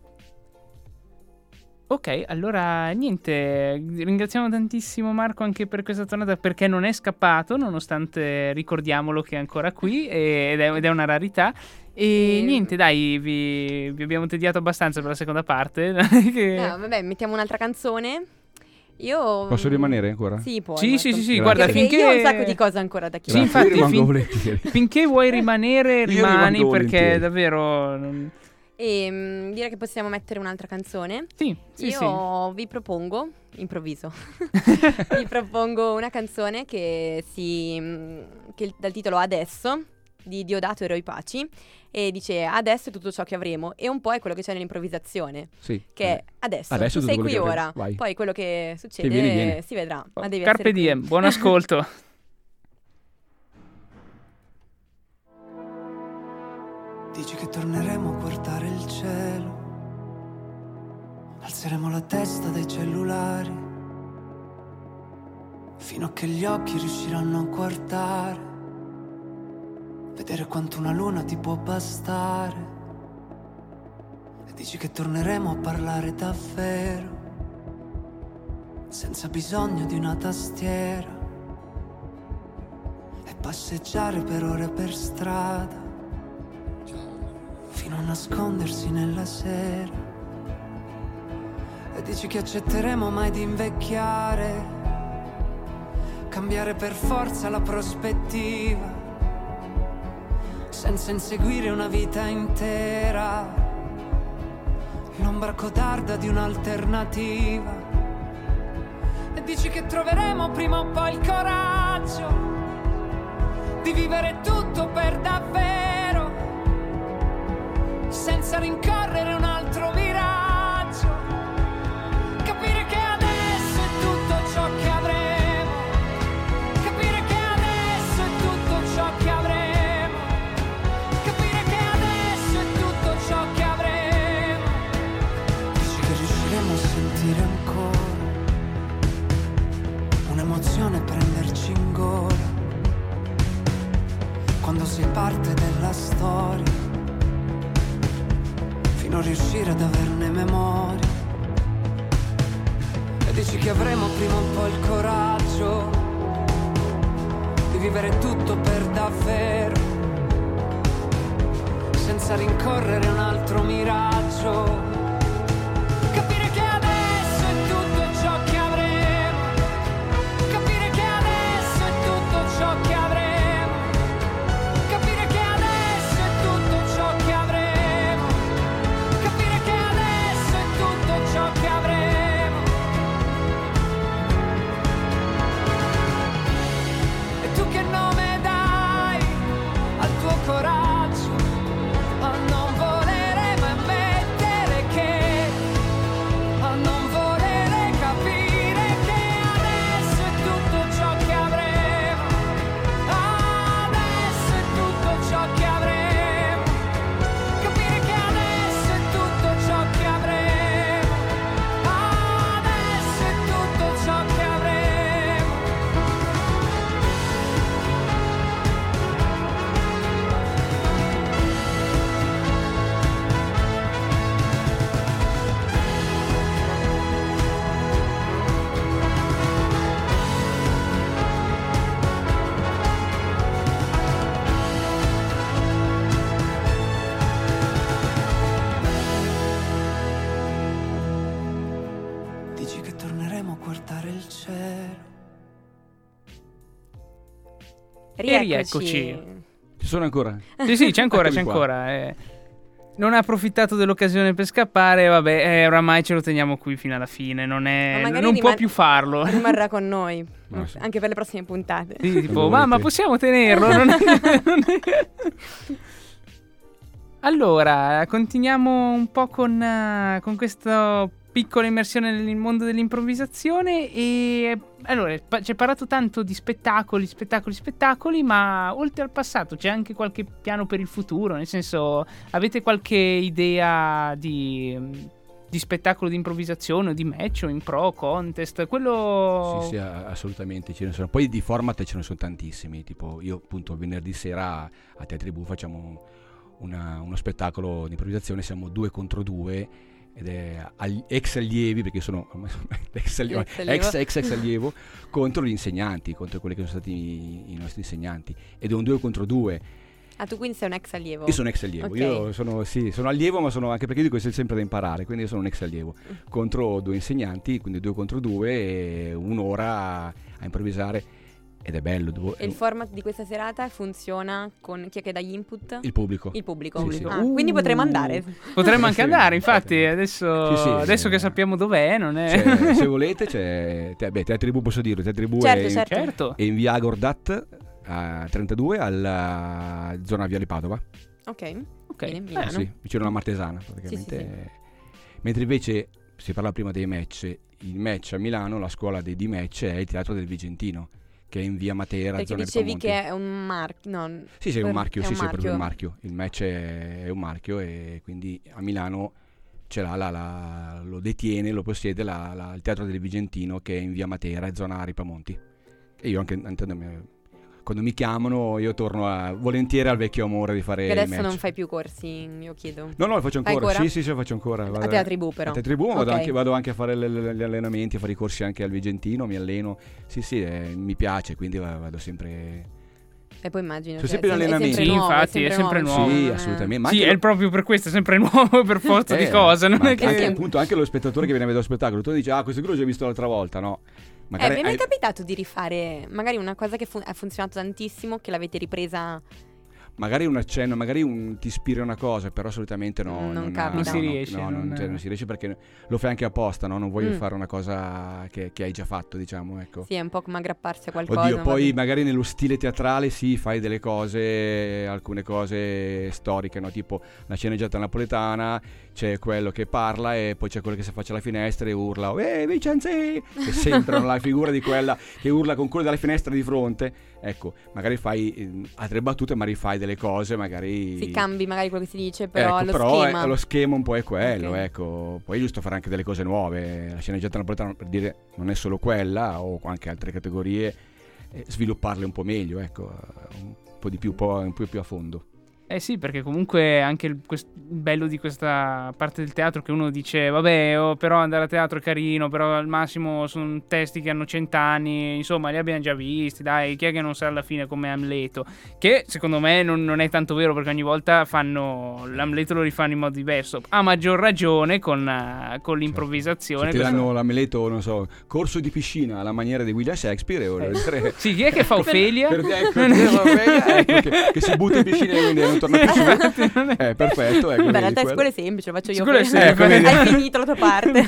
Ok, allora niente, ringraziamo tantissimo Marco anche per questa tornata, perché non è scappato, nonostante ricordiamolo che è ancora qui ed è una rarità. E niente, dai, vi abbiamo tediato abbastanza per la seconda parte. Che... No, vabbè, mettiamo un'altra canzone. Io Posso rimanere ancora? Sì, puoi. Sì, Marco. sì, sì, Grazie. guarda, Perché finché... io ho un sacco di cose ancora da Sì, chiedere. Grazie, io infatti, rimango volentieri. finché vuoi rimanere, Io rimani, rimango perché volentieri. davvero... E direi che possiamo mettere un'altra canzone. Sì, Io vi propongo, improvviso, vi propongo una canzone che dal titolo Adesso, di Diodato e Roy Paci, e dice adesso è tutto ciò che avremo, e un po' è quello che c'è nell'improvvisazione, Sì. che è adesso Adesso tu tutto sei quello qui che avremo. ora, Vai. poi quello che succede viene. si vedrà, ma devi Carpe essere qui. diem, buon ascolto. Dici che torneremo a guardare il cielo, alzeremo la testa dai cellulari, fino a che gli occhi riusciranno a guardare, vedere quanto una luna ti può bastare. E dici che torneremo a parlare davvero, senza bisogno di una tastiera, e passeggiare per ore per strada, fino a nascondersi nella sera. E dici che accetteremo mai di invecchiare, cambiare per forza la prospettiva, senza inseguire una vita intera, l'ombra codarda di un'alternativa. E dici che troveremo prima o poi il coraggio di vivere tutto per davvero, senza rincorrere un altro miraggio, capire che adesso è tutto ciò che avremo, capire che adesso è tutto ciò che avremo, capire che adesso è tutto ciò che avremo. Dici che riusciremo a sentire ancora un'emozione, prenderci in gola quando sei parte della storia, fino a riuscire ad averne memoria. E dici che avremo prima un po' il coraggio di vivere tutto per davvero, senza rincorrere un altro miraggio, capire che adesso è tutto ciò che avremo, capire che adesso è tutto ciò che avremo, capire che adesso è tutto ciò che avremo, capire che adesso è tutto ciò che avremo. E tu che nome dai al tuo coraggio, a non volere mai ammettere che, a non volere capire che adesso è tutto ciò che avremo, adesso è tutto ciò che avremo, capire che adesso è tutto ciò che avremo, adesso è tutto ciò che avremo. Dici che torneremo a guardare il cielo. E rieccoci. Ci sono ancora? Sì, c'è ancora, Eccomi c'è qua. ancora. Non ha approfittato dell'occasione per scappare, vabbè, oramai ce lo teniamo qui fino alla fine, Ma magari non può più farlo. Rimarrà con noi, No, sì. anche per le prossime puntate. Sì, tipo, Quando ma volete. possiamo tenerlo? Allora, continuiamo un po' con questa piccola immersione nel mondo dell'improvvisazione e allora, ci hai parlato tanto di spettacoli, ma oltre al passato c'è anche qualche piano per il futuro? Nel senso, avete qualche idea di spettacolo di improvvisazione o di match o impro, contest? Quello... Sì, assolutamente ce ne sono. Poi di format ce ne sono tantissimi. Tipo io appunto venerdì sera a Teatri Blu facciamo uno spettacolo di improvvisazione, siamo 2 contro 2 ed è ex allievi, perché sono ex allievo contro gli insegnanti, contro quelli che sono stati i nostri insegnanti, ed è un 2 contro 2. Ah, tu quindi sei un ex allievo? Io sono ex allievo, Ok. io sono allievo, ma sono anche perché dico che c'è sempre da imparare, quindi io sono un ex allievo contro 2 insegnanti, quindi 2 contro 2 e un'ora a improvvisare. Ed è bello. E il format di questa serata funziona con chi è che dà gli input? Il pubblico. Il pubblico. Sì, sì. Ah, quindi potremo andare. Potremmo anche Sì, andare, infatti, sì. adesso, Sì, adesso che sappiamo dov'è, non è... Se volete c'è Teatri Blu, posso dirlo, Teatri Blu Certo, è, certo. Certo. è in via Agordat a 32 alla zona Viale Padova. Ok. Ok. Bene, Milano. Sì, vicino alla Martesana praticamente. Sì. Mentre invece si parla prima dei match, il match a Milano, la scuola di match è il Teatro del Vigentino, che è in via Matera, Perché zona dicevi Ripamonti. che è un marchio. No, Sì, è un marchio, è sì, un sì, è proprio un marchio. marchio. Il match è un marchio e quindi a Milano ce l'ha, lo detiene, lo possiede il Teatro del Vigentino, che è in via Matera, zona Ripamonti. E io anche quando mi chiamano io torno volentieri al vecchio amore di fare Che il adesso match. non fai più corsi, io chiedo. No, lo faccio Fai ancora. ancora? Sì, lo faccio ancora. A Teatri Bu però. A Teatri Bu, ma Ok. vado anche a fare gli allenamenti, a fare i corsi anche al Vigentino, mi alleno. Sì, mi piace, quindi vado sempre... E poi immagino. Sono cioè, sempre in allenamento. sempre Sì, nuovo, infatti, è sempre nuovo. Sì, non è- assolutamente. Ma Sì, anche è proprio per questo, è sempre nuovo per forza di cose. Non ma è che... anche, appunto, anche lo spettatore che viene a vedere lo spettacolo, tu dici, questo qui l'ho già visto l'altra volta, no? Magari vi è mai hai- capitato di rifare magari una cosa che ha funzionato tantissimo, che l'avete ripresa? magari un accenno, magari ti ispira una cosa, però assolutamente Non capita. Non si riesce, non si riesce perché lo fai anche apposta, no? Non voglio Mm. fare una cosa che hai già fatto, diciamo, ecco. Sì, è un po' come aggrapparsi a qualcosa. Oddio, ma poi vabbè. magari nello stile teatrale sì, fai delle cose, alcune cose storiche, no? Tipo la sceneggiata napoletana, c'è quello che parla e poi c'è quello che si affaccia alla finestra e urla Vincenzi! Che sempre la figura di quella che urla con quello dalla finestra di fronte. Ecco, magari fai altre battute ma rifai delle cose, magari... Si cambi magari quello che si dice, però Ecco, lo schema. lo schema un po' è quello, Ok. ecco. Poi è giusto fare anche delle cose nuove. La sceneggiata napoletana, per dire, non è solo quella, o anche altre categorie, svilupparle un po' meglio, ecco, un po' di più, un po' più a fondo. Eh sì, perché comunque anche il bello di questa parte del teatro che uno dice vabbè, però andare a teatro è carino, però al massimo sono testi che hanno 100 anni, insomma li abbiamo già visti, dai, chi è che non sa alla fine come Amleto? Che secondo me non è tanto vero, perché ogni volta fanno l'Amleto, lo rifanno in modo diverso, a maggior ragione con l'improvvisazione. Se ti danno l'Amleto, non so, corso di piscina alla maniera di William Shakespeare, Sì, chi è che fa Ofelia? che si butta in piscina e quindi non torna più su. Perfetto, ecco. Beh, in vedi, realtà quello. quello è semplice, lo faccio io. Quello è prima. semplice. vedi. Hai finito la tua parte.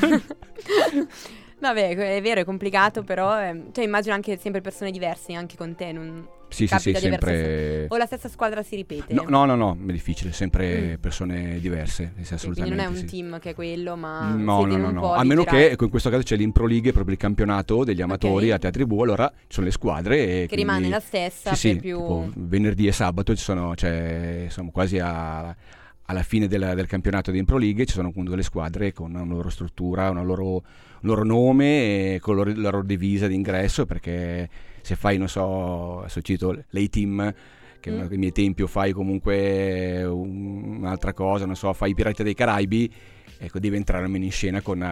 Vabbè, è vero, è complicato, però cioè immagino anche sempre persone diverse anche con te, non Sì, capita di aver sempre... o la stessa squadra si ripete. No, è difficile, sempre persone diverse, sì, Quindi assolutamente. non è un sì. team che è quello, ma No, siete in un po' a di meno tirati. che ecco, in questo caso c'è l'Impro League, proprio il campionato degli amatori Ok. a Teatri Bu, allora ci sono le squadre e Che quindi- rimane la stessa sì, per sì, più... tipo venerdì e sabato siamo quasi alla fine del campionato di Impro League, ci sono appunto delle squadre con una loro struttura, un loro nome e con la loro divisa d'ingresso, perché se fai, non so, adesso cito l'A-Team, che ai miei tempi, o fai comunque un'altra cosa, non so, fai i Pirati dei Caraibi, ecco, devi entrare almeno in scena con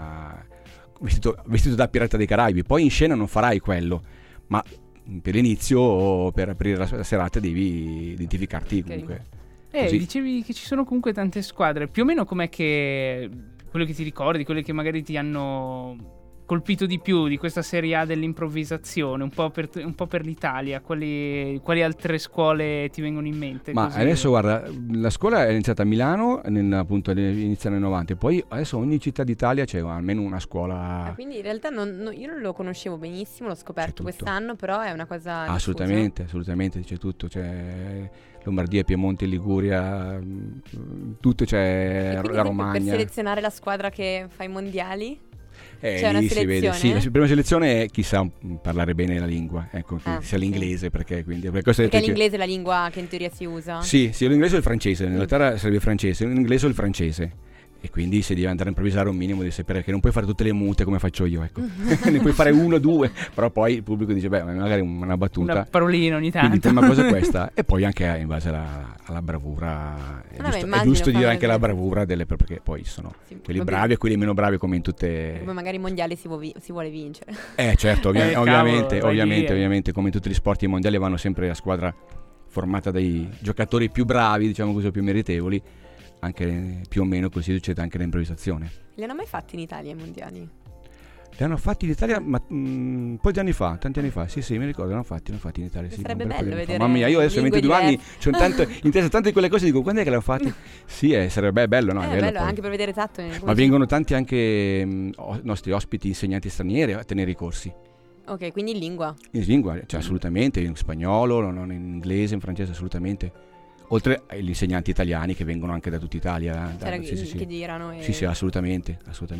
vestito da Pirata dei Caraibi. Poi in scena non farai quello, ma per l'inizio o per aprire la serata devi identificarti comunque. Così. Dicevi che ci sono comunque tante squadre. Più o meno com'è che quello che ti ricordi, quelle che magari ti hanno colpito di più di questa Serie A dell'improvvisazione, un po' per l'Italia, quali altre scuole ti vengono in mente? Ma così? adesso guarda, la scuola è iniziata a Milano, appunto inizia nel 90, e poi adesso ogni città d'Italia c'è almeno una scuola. Quindi in realtà io non lo conoscevo benissimo, l'ho scoperto C'è tutto. quest'anno, però è una cosa diffusa. Assolutamente, c'è tutto, c'è Lombardia, Piemonte, Liguria, tutto, E c'è quindi la per Romagna. selezionare la squadra che fa i mondiali? C'è Lì una si vede, selezione? sì, la prima selezione è chi sa parlare bene la lingua, ecco, che sia ok. l'inglese, perché Perché l'inglese è la lingua che in teoria si usa? Sì, l'inglese o il francese, in Inghilterra sarebbe il francese, l'inglese o il francese. E quindi se devi andare a improvvisare un minimo devi sapere che non puoi fare tutte le mute come faccio io, ecco. Ne puoi fare uno o due, però poi il pubblico dice, beh, magari una battuta. Una parolina ogni tanto. Quindi prima cosa è questa, e poi anche in base alla bravura. È Vabbè, giusto, è immagino giusto dire fare anche la vedere. bravura perché poi ci sono Sì, quelli vabbè. bravi e quelli meno bravi, come in tutte. Come magari i mondiali si vuole vincere. Certo, cavolo, vai lì, ovviamente, come in tutti gli sport, i mondiali vanno sempre la squadra formata dai giocatori più bravi, diciamo così, o più meritevoli, anche più o meno così succede anche nell'improvvisazione. Li hanno mai fatti in Italia i mondiali? Li hanno fatti in Italia ma un po' di anni fa, tanti anni fa, sì, mi ricordo, li hanno fatti in Italia. Sì, Sarebbe un bel po' di bello anni fa. vedere Mamma mia, io adesso ho lingue 22 anni, diverse. sono tanto interessato tante di quelle cose, dico, quando è che l'hanno fatti? Sì, sarebbe bello, no? È bello poi. anche per vedere esatto. Ma vengono tanti anche nostri ospiti insegnanti stranieri a tenere i corsi. Ok, quindi in lingua. In lingua, cioè assolutamente, in spagnolo, non in inglese, in francese, assolutamente. Oltre agli insegnanti italiani che vengono anche da tutta Italia. Che girano e... Sì, assolutamente.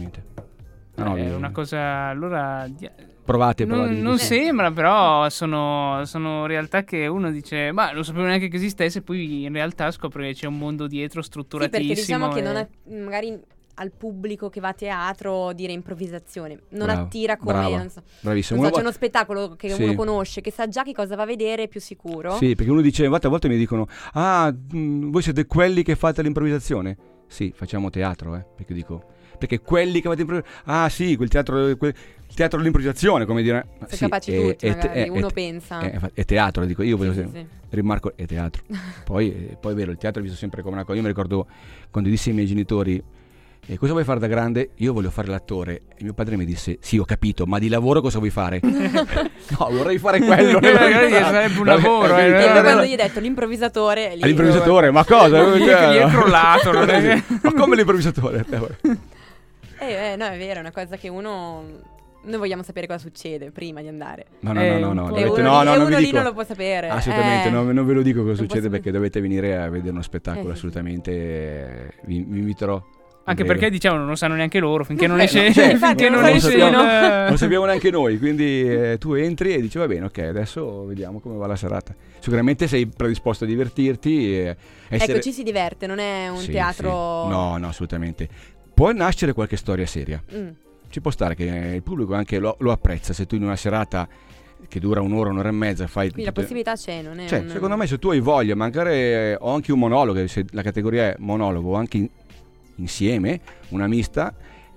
No, È una cosa, allora... Provate. Non sembra, però sono realtà che uno dice, ma non sapevo neanche che esistesse, poi in realtà scopre che c'è un mondo dietro Sì, strutturatissimo. perché diciamo che e- non è, magari al pubblico che va a teatro dire improvvisazione, non Brava, attira come, brava, non so, bravissimo. non so, c'è uno spettacolo che Sì. uno conosce, che sa già che cosa va a vedere, è più sicuro. Sì, perché uno dice, a volte mi dicono, voi siete quelli che fate l'improvvisazione? Sì, facciamo teatro, perché dico, perché quelli che fate improvvisazione, sì, il teatro dell'improvvisazione, come dire. Sono Sì, capaci tutti, magari, uno pensa. È teatro, dico io, Sì. rimarco, è teatro. Poi è vero, il teatro è visto sempre come una cosa. Io mi ricordo quando dissi ai miei genitori, cosa vuoi fare da grande? Io voglio fare l'attore. E mio padre mi disse, sì, ho capito, ma di lavoro cosa vuoi fare? No, vorrei fare quello. Sarebbe un lavoro. E poi quando gli hai detto l'improvvisatore, lì, L'improvvisatore, ma cosa? Gli è crollato. Non è... Ma come l'improvvisatore? no, è vero, è una cosa che noi vogliamo sapere cosa succede prima di andare. No, E non uno, vi uno lì dico. non lo può sapere. Assolutamente, non ve lo dico cosa non succede, posso- perché dovete venire a vedere uno spettacolo, Sì. assolutamente. Vi inviterò. Anche Breve. perché diciamo non lo sanno neanche loro finché non esce, infatti, finché non non lo esce sappiamo. Non lo sappiamo neanche noi, quindi tu entri e dici va bene, ok, adesso vediamo come va la serata. Sicuramente sei predisposto a divertirti e essere... Ecco, ci si diverte, non è un Sì, teatro... sì. No, assolutamente. Può nascere qualche storia seria. Mm. Ci può stare che il pubblico anche lo apprezza. Se tu in una serata che dura un'ora e mezza fai... Quindi la possibilità c'è, non è... Cioè, secondo me se tu hai voglia, magari ho anche un monologo, se la categoria è monologo, o anche insieme, una mista,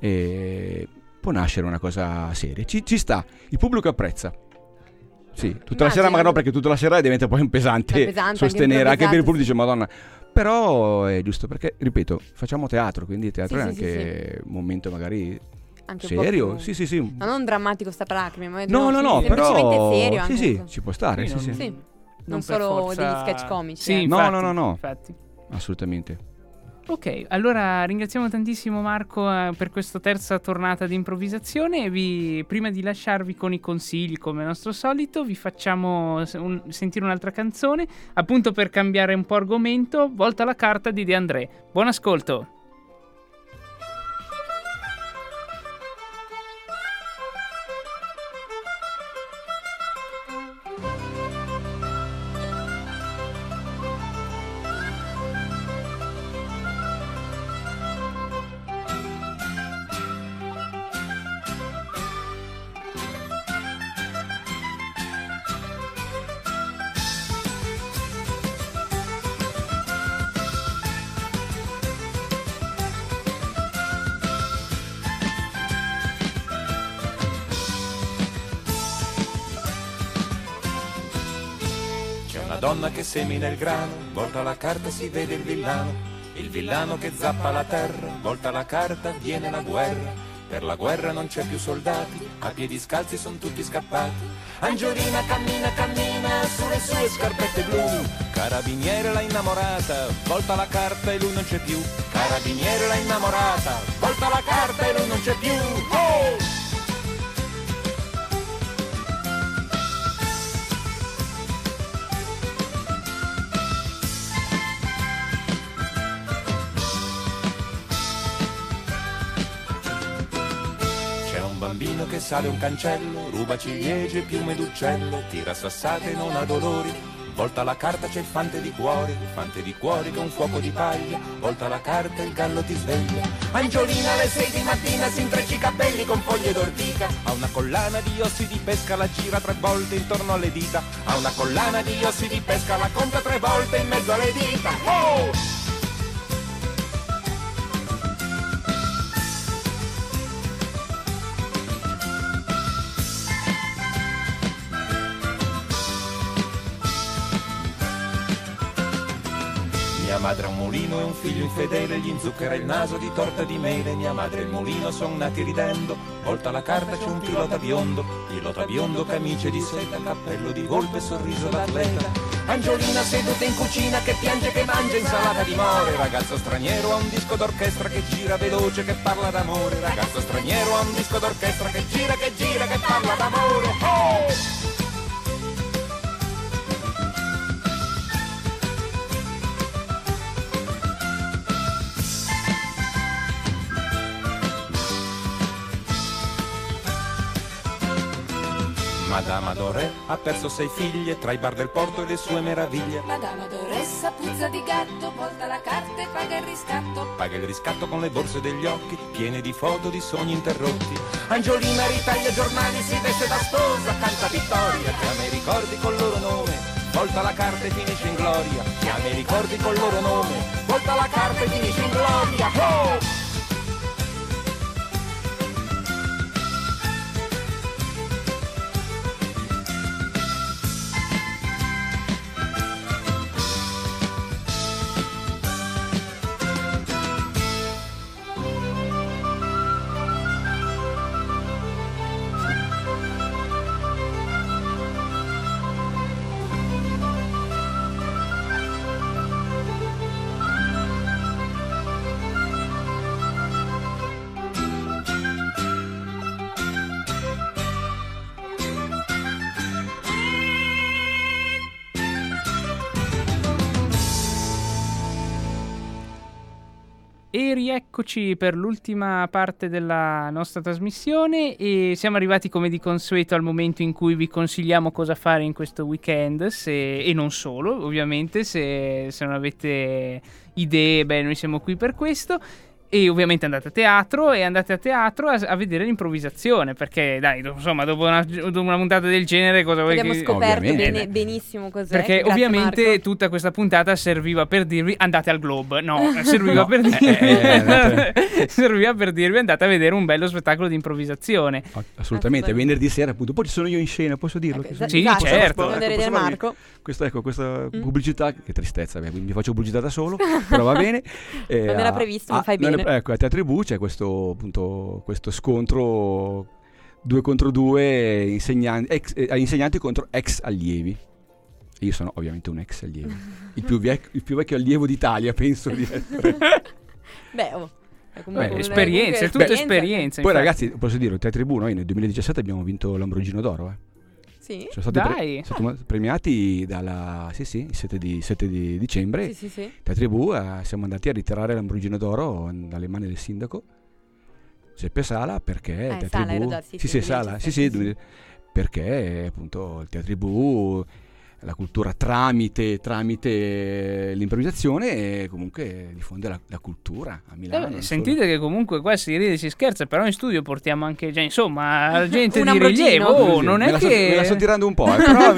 può nascere una cosa seria. Ci sta, il pubblico apprezza. Sì, tutta la sera magari no, perché tutta la sera diventa poi un pesante, È pesante, sostenere, anche per il pubblico sì. dice Madonna. Però è giusto perché, ripeto, facciamo teatro, quindi il teatro Sì, è sì, anche un momento magari Anche un po' serio. più- Sì. Ma non drammatico sta lacrime, ma No, semplicemente però serio anche. sì, ci può stare, Sì, sì. Sì, non per solo forza- degli sketch comici. Sì, No, infatti, no. infatti. Assolutamente. Ok, allora ringraziamo tantissimo Marco per questa terza tornata di improvvisazione e prima di lasciarvi con i consigli come al nostro solito vi facciamo sentire un'altra canzone, appunto per cambiare un po' argomento, Volta la carta di De André. Buon ascolto! Donna che semina il grano, volta la carta si vede il villano che zappa la terra, volta la carta viene la guerra, per la guerra non c'è più soldati, a piedi scalzi son tutti scappati, Angiolina cammina sulle sue scarpette blu, carabiniere l'ha innamorata, volta la carta e lui non c'è più, carabiniere l'ha innamorata, volta la carta e lui non c'è più, oh! Bambino che sale un cancello, ruba ciliegie, piume d'uccello, tira sassate e non ha dolori. Volta la carta c'è il fante di cuore che è un fuoco di paglia. Volta la carta e il gallo ti sveglia. Angiolina alle 6 di mattina si intreccia i capelli con foglie d'ortica. Ha una collana di ossi di pesca, la gira 3 volte intorno alle dita. Ha una collana di ossi di pesca, la conta 3 volte in mezzo alle dita. Oh! Mia madre ha un mulino e un figlio infedele, gli inzucchera il naso di torta di mele. Mia madre e il mulino son nati ridendo, volta la carta c'è un pilota biondo, camicie di seta, cappello di volpe, sorriso d'atleta. Angiolina seduta in cucina che piange, che mangia insalata di more. Ragazzo straniero ha un disco d'orchestra che gira veloce, che parla d'amore. Ragazzo straniero ha un disco d'orchestra che gira, che parla d'amore. Oh! Madama Doré ha perso 6 figlie tra i bar del porto e le sue meraviglie. Madama Doressa, puzza di gatto, volta la carta e paga il riscatto. Paga paga il riscatto con le borse degli occhi piene di foto di sogni interrotti. Angiolina ritaglia giornali, si veste da sposa, canta vittoria, chiama i ricordi col loro nome, volta la carta e finisce in gloria, chiama i ricordi col loro nome, volta la carta e finisce in gloria. Oh! E rieccoci per l'ultima parte della nostra trasmissione e siamo arrivati come di consueto al momento in cui vi consigliamo cosa fare in questo weekend e non solo, ovviamente, se non avete idee, beh, noi siamo qui per questo. E ovviamente andate a teatro e andate a teatro a vedere l'improvvisazione, perché dai, insomma, dopo una puntata del genere cosa vuoi abbiamo che... scoperto benissimo cos'è. Perché Grazie, ovviamente Marco. tutta questa puntata serviva per dirvi andate al Globe. No, serviva per dirvi serviva per dirvi andate a vedere un bello spettacolo di improvvisazione. Assolutamente, venerdì sera appunto. Poi ci sono io in scena, posso dirlo? Sì, certo. Posso vedere Marco. Questa pubblicità, che tristezza, mi faccio pubblicità da solo, però va bene. Non era previsto, ma fai bene. Ecco, a Teatri Bu c'è questo scontro 2 contro 2 insegnanti contro ex allievi. Io sono ovviamente un ex allievo, il più vecchio allievo d'Italia, penso di essere. Esperienza, è tutta esperienza. Poi ragazzi, posso dire, Teatri Bu noi nel 2017 abbiamo vinto l'Ambrogino d'Oro. Sì? Sono stati premiati dalla il 7 di dicembre. Sì. Teatri Bu siamo andati a ritirare l'Ambrogino d'Oro dalle mani del sindaco Giuseppe Sala, perché Teatri Bu perché appunto il Teatri Bu, la cultura tramite l'improvvisazione, comunque diffonde la cultura a Milano. Sentite che comunque qua si ride e si scherza, però in studio portiamo anche gente di Ambrogino. rilievo. Non è me la sto tirando un po', però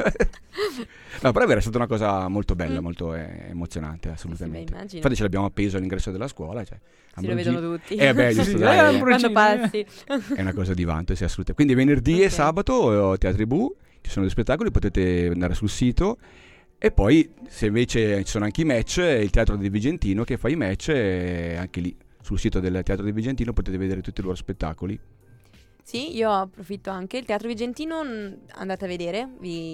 no, però è stata una cosa molto bella, molto emozionante, assolutamente. Sì, infatti ce l'abbiamo appeso all'ingresso della scuola, si lo vedono tutti. Giusto, dai, quando passi. È una cosa di vanto, sì, assolutamente. Quindi venerdì e sabato Teatri Bu, ci sono dei spettacoli, potete andare sul sito. E poi, se invece ci sono anche i match, il Teatro di Vigentino che fa i match, anche lì sul sito del Teatro di Vigentino potete vedere tutti i loro spettacoli. Sì, io approfitto anche. Il Teatro Vigentino andate a vedere,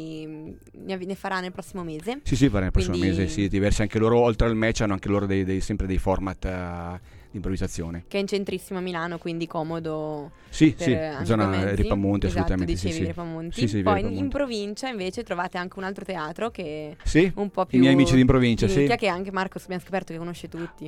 ne farà nel prossimo mese. Sì, farà nel prossimo mese, sì, diversi anche loro, oltre al match hanno anche loro sempre dei format di improvvisazione. Che è in centrissimo a Milano, quindi comodo. Sì, per zona Ripamonti, esatto, assolutamente. dicevi Ripamonti. Sì, Poi Ripamonti. in provincia invece trovate anche un altro teatro che un po' più i miei amici di in provincia, di nicchia, che anche Marco abbiamo scoperto che conosce tutti.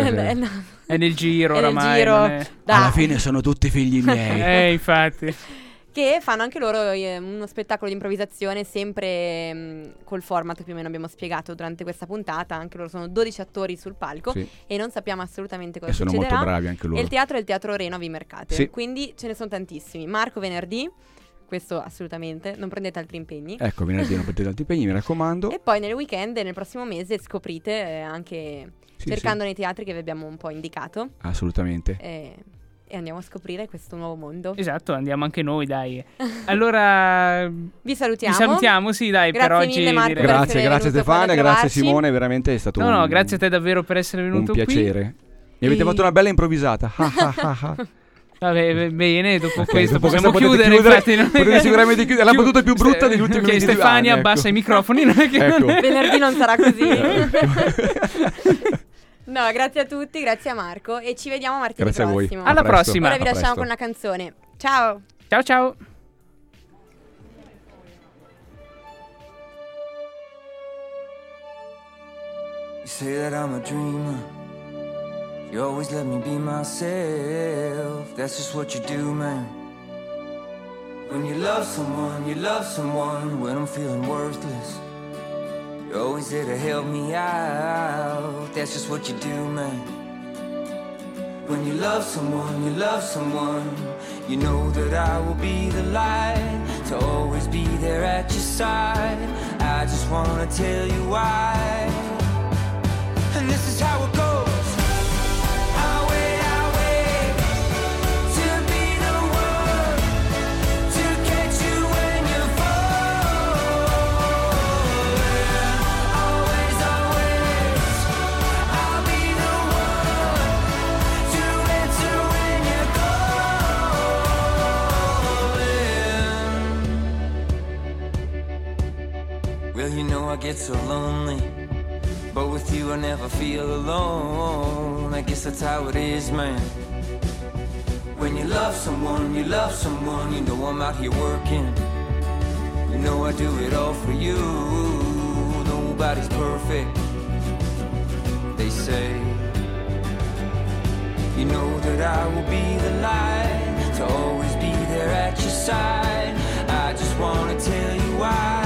È nel giro oramai. Alla fine sono tutti figli miei. Infatti. Che fanno anche loro uno spettacolo di improvvisazione sempre col format che più o meno abbiamo spiegato durante questa puntata. Anche loro sono 12 attori sul palco e non sappiamo assolutamente cosa succederà. Sono molto bravi anche loro. E il teatro è il Teatro Reno a Vimercate, quindi ce ne sono tantissimi. Marco venerdì, questo assolutamente, non prendete altri impegni. Ecco, venerdì non prendete altri impegni, mi raccomando. E poi nel weekend e nel prossimo mese scoprite anche cercando nei teatri che vi abbiamo un po' indicato. Assolutamente. E andiamo a scoprire questo nuovo mondo. Esatto, andiamo anche noi, dai. Allora vi salutiamo. Sì, dai, grazie per oggi mille, Marco, grazie Stefania, grazie Simone, veramente è stato No, grazie a te davvero per essere venuto qui. Un piacere. Mi avete fatto una bella improvvisata. Vabbè, bene, dopo questo possiamo chiudere. Infatti, potete sicuramente chiudere. La battuta più brutta degli ultimi mesi. Stefania abbassa i microfoni. Venerdì non sarà così. No, grazie a tutti, grazie a Marco e ci vediamo martedì prossimo. Alla prossima. Ora vi lasciamo con una canzone. Ciao. Ciao. You say that I'm a dreamer. You always let me be myself. That's just what you do, man. When you love someone when I'm feeling worthless. You're always there to help me out. That's just what you do, man. When you love someone, you know that I will be the light, to always be there at your side. I just wanna tell you why, and this is how it goes. I wait to be the one to catch you when you fall. Always, I'll be the one to answer when you calling. Well, you know I get so lonely, but with you I never feel alone. I guess that's how it is, man. When you love someone, you know I'm out here working. You know I do it all for you. Nobody's perfect, they say. You know that I will be the light, to always be there at your side. I just wanna tell you why.